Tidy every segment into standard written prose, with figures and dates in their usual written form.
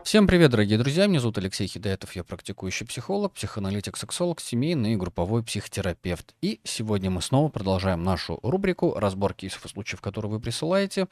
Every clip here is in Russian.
Всем привет, дорогие друзья! Меня зовут Алексей Хидаятов, я практикующий психолог, психоаналитик, сексолог, семейный и групповой психотерапевт. И сегодня мы снова продолжаем нашу рубрику «Разбор кейсов и случаев, которые вы присылаете».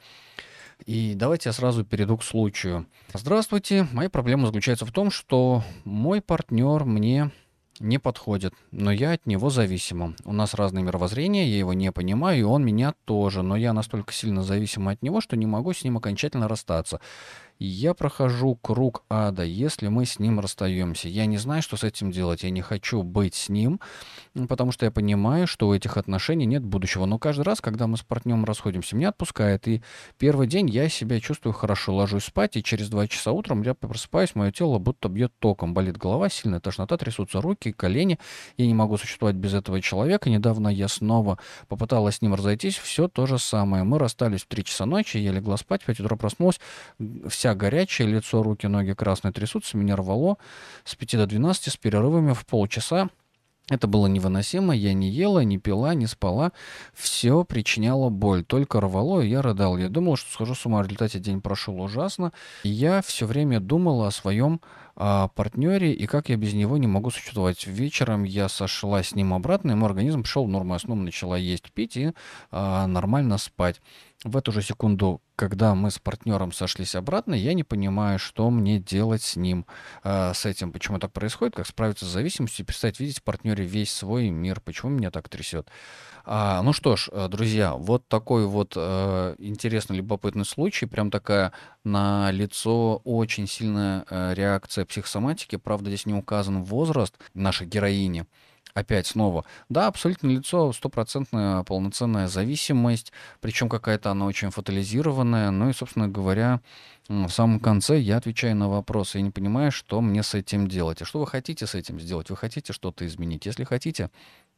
И давайте я сразу перейду к случаю. Здравствуйте, моя проблема заключается в том, что мой партнер мне не подходит, но я от него зависима. У нас разные мировоззрения, я его не понимаю, и он меня тоже, но я настолько сильно зависима от него, что не могу с ним окончательно расстаться. Я прохожу круг ада, если мы с ним расстаемся. Я не знаю, что с этим делать. Я не хочу быть с ним, потому что я понимаю, что у этих отношений нет будущего. Но каждый раз, когда мы с партнером расходимся, меня отпускает. И первый день я себя чувствую хорошо. Ложусь спать, и через 2 часа утром я просыпаюсь, мое тело будто бьет током. Болит голова, сильная тошнота, трясутся руки, колени. Я не могу существовать без этого человека. Недавно я снова попыталась с ним разойтись. Все то же самое. Мы расстались в 3 часа ночи, я легла спать, в 5 утра проснулась. Вся горячая, лицо, руки, ноги красные трясутся, меня рвало с 5 до 12 с перерывами в полчаса. Это было невыносимо, я не ела, не пила, не спала, все причиняло боль, только рвало, и я рыдал. Я думал, что схожу с ума, в результате день прошел ужасно. И я все время думала о своем партнере и как я без него не могу существовать. Вечером я сошла с ним обратно, и мой организм пришел в норму, я снова начала есть, пить и нормально спать. В эту же секунду, когда мы с партнером сошлись обратно, я не понимаю, что мне делать с ним, с этим, почему так происходит, как справиться с зависимостью и перестать видеть в партнере весь свой мир, почему меня так трясет. Ну что ж, друзья, вот такой вот интересный, любопытный случай, прям такая на лицо очень сильная реакция психосоматики, правда, здесь не указан возраст нашей героини. Опять снова. Да, абсолютно лицо, стопроцентная полноценная зависимость, причем какая-то она очень фатализированная. Ну и, собственно говоря, в самом конце я отвечаю на вопросы. Я не понимаю, что мне с этим делать. А что вы хотите с этим сделать? Вы хотите что-то изменить? Если хотите,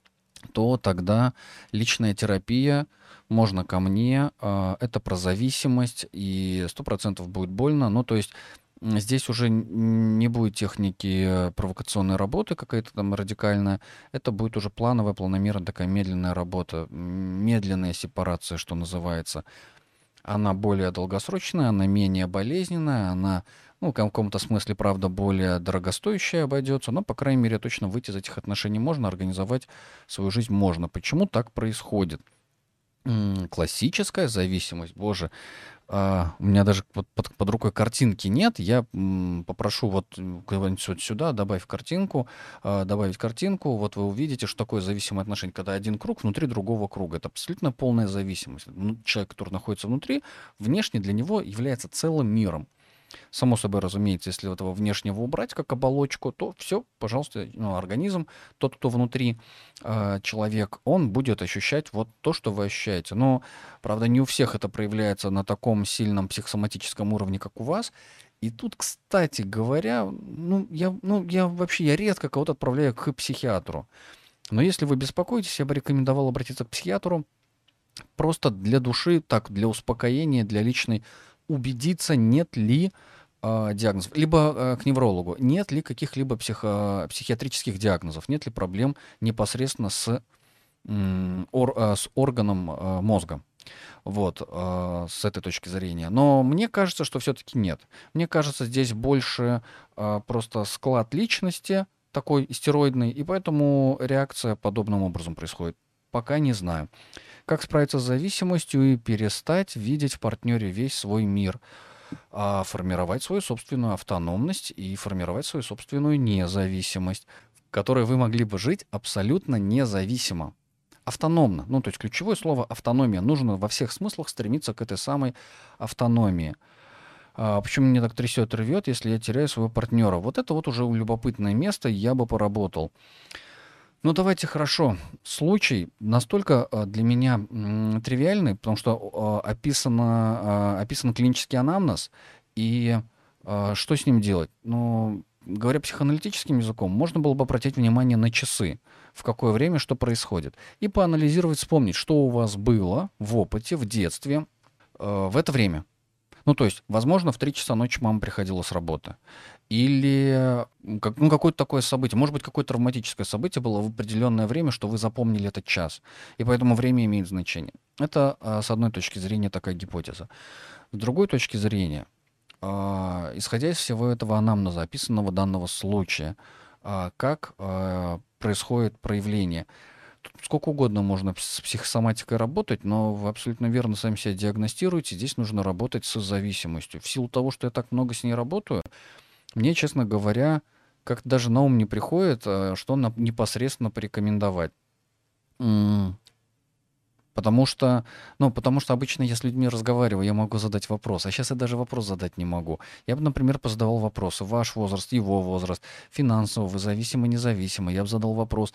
то тогда личная терапия, можно ко мне. Это про зависимость, и 100% будет больно. Ну, то есть здесь уже не будет техники провокационной работы какая-то там радикальная. Это будет уже плановая, планомерная такая медленная работа, медленная сепарация, что называется. Она более долгосрочная, она менее болезненная, она, ну, в каком-то смысле, правда, более дорогостоящая обойдется, но, по крайней мере, точно выйти из этих отношений можно, организовать свою жизнь можно. Почему так происходит? Классическая зависимость, боже, у меня даже под рукой картинки нет. Я попрошу вот куда-нибудь вот сюда добавь картинку, добавить картинку. Вот вы увидите, что такое зависимое отношение, когда один круг внутри другого круга. Это абсолютно полная зависимость. Человек, который находится внутри, внешне для него является целым миром. Само собой разумеется, если этого внешнего убрать как оболочку, то все, пожалуйста, организм, тот, кто внутри, человек, он будет ощущать вот то, что вы ощущаете. Но, правда, не у всех это проявляется на таком сильном психосоматическом уровне, как у вас. И тут, кстати говоря, я редко кого-то отправляю к психиатру. Но если вы беспокоитесь, я бы рекомендовал обратиться к психиатру просто для души, так, для успокоения, для личной убедиться, нет ли диагнозов, либо к неврологу, нет ли каких-либо психиатрических диагнозов, нет ли проблем непосредственно с органом мозга. Вот, с этой точки зрения. Но мне кажется, что все-таки нет. Мне кажется, здесь больше просто склад личности такой истероидный, и поэтому реакция подобным образом происходит. Пока не знаю. Как справиться с зависимостью и перестать видеть в партнере весь свой мир, формировать свою собственную автономность и формировать свою собственную независимость, в которой вы могли бы жить абсолютно независимо. Автономно. Ну, то есть ключевое слово автономия. Нужно во всех смыслах стремиться к этой самой автономии. Почему меня так трясет, рвет, если я теряю своего партнера? Вот это вот уже любопытное место, я бы поработал. Ну, давайте хорошо. Случай настолько для меня тривиальный, потому что описан клинический анамнез, и что с ним делать? Ну, говоря психоаналитическим языком, можно было бы обратить внимание на часы, в какое время что происходит, и поанализировать, вспомнить, что у вас было в опыте, в детстве в это время. Ну, то есть, возможно, в 3 часа ночи мама приходила с работы. Или какое-то такое событие. Может быть, какое-то травматическое событие было в определенное время, что вы запомнили этот час. И поэтому время имеет значение. Это, с одной точки зрения, такая гипотеза. С другой точки зрения, исходя из всего этого анамнеза, описанного данного случая, как происходит проявление? Тут сколько угодно можно с психосоматикой работать, но вы абсолютно верно сами себя диагностируете. Здесь нужно работать с зависимостью. В силу того, что я так много с ней работаю, мне, честно говоря, как даже на ум не приходит, что непосредственно порекомендовать. М, потому что обычно я с людьми разговариваю, я могу задать вопрос, а сейчас я даже вопрос задать не могу. Я бы, например, позадавал вопросы: ваш возраст, его возраст, финансово вы зависимы, независимы. Я бы задал вопрос: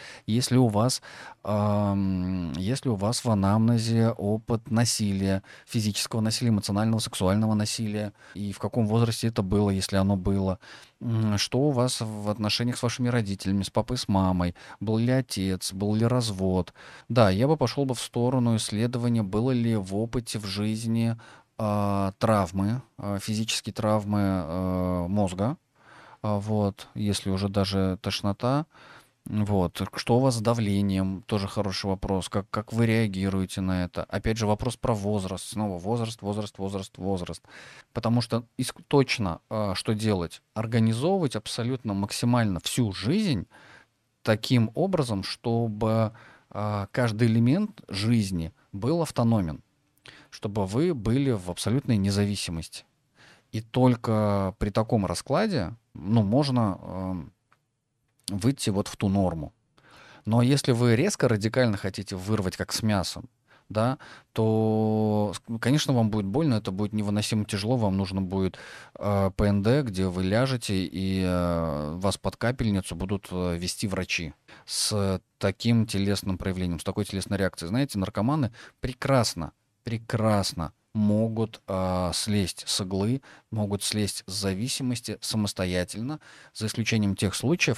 если у вас в анамнезе опыт насилия, физического насилия, эмоционального, сексуального насилия, и в каком возрасте это было, если оно было, что у вас в отношениях с вашими родителями, с папой, с мамой, был ли отец, был ли развод. Да, я бы пошел бы в сторону исследования, было ли в опыте, в жизни травмы, физические травмы мозга, вот, если уже даже тошнота. Вот. Что у вас с давлением? Тоже хороший вопрос. Как вы реагируете на это? Опять же, вопрос про возраст. Снова возраст, возраст, возраст, возраст. Потому что точно что делать? Организовывать абсолютно максимально всю жизнь таким образом, чтобы каждый элемент жизни был автономен, чтобы вы были в абсолютной независимости. И только при таком раскладе, можно выйти вот в ту норму. Но если вы резко, радикально хотите вырвать, как с мясом, да, то, конечно, вам будет больно, это будет невыносимо тяжело, вам нужно будет ПНД, где вы ляжете, и вас под капельницу будут вести врачи с таким телесным проявлением, с такой телесной реакцией. Знаете, наркоманы прекрасно, прекрасно могут слезть с иглы, могут слезть с зависимости самостоятельно, за исключением тех случаев,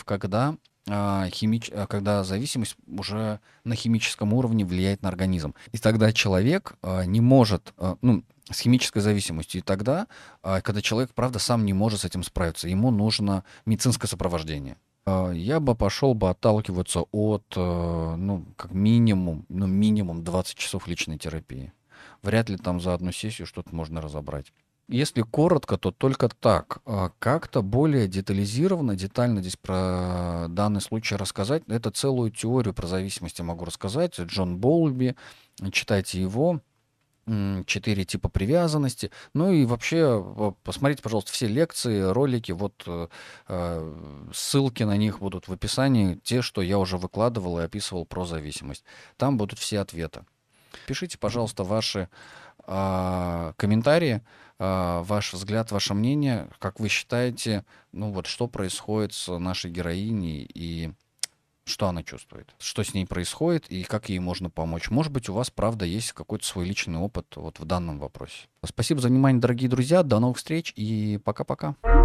когда зависимость уже на химическом уровне влияет на организм. И тогда человек не может, с химической зависимостью, и тогда, когда человек, правда, сам не может с этим справиться, ему нужно медицинское сопровождение. Я бы пошел бы отталкиваться от, как минимум 20 часов личной терапии. Вряд ли там за одну сессию что-то можно разобрать. Если коротко, то только так. Как-то более детализированно, детально здесь про данный случай рассказать. Это целую теорию про зависимости могу рассказать. Джон Боулби, читайте его. 4 типа привязанности. Ну и вообще, посмотрите, пожалуйста, все лекции, ролики, вот ссылки на них будут в описании, те, что я уже выкладывал и описывал про зависимость. Там будут все ответы. Пишите, пожалуйста, ваши комментарии, ваш взгляд, ваше мнение, как вы считаете, что происходит с нашей героиней и что она чувствует, что с ней происходит и как ей можно помочь. Может быть, у вас, правда, есть какой-то свой личный опыт вот в данном вопросе. Спасибо за внимание, дорогие друзья. До новых встреч и пока-пока.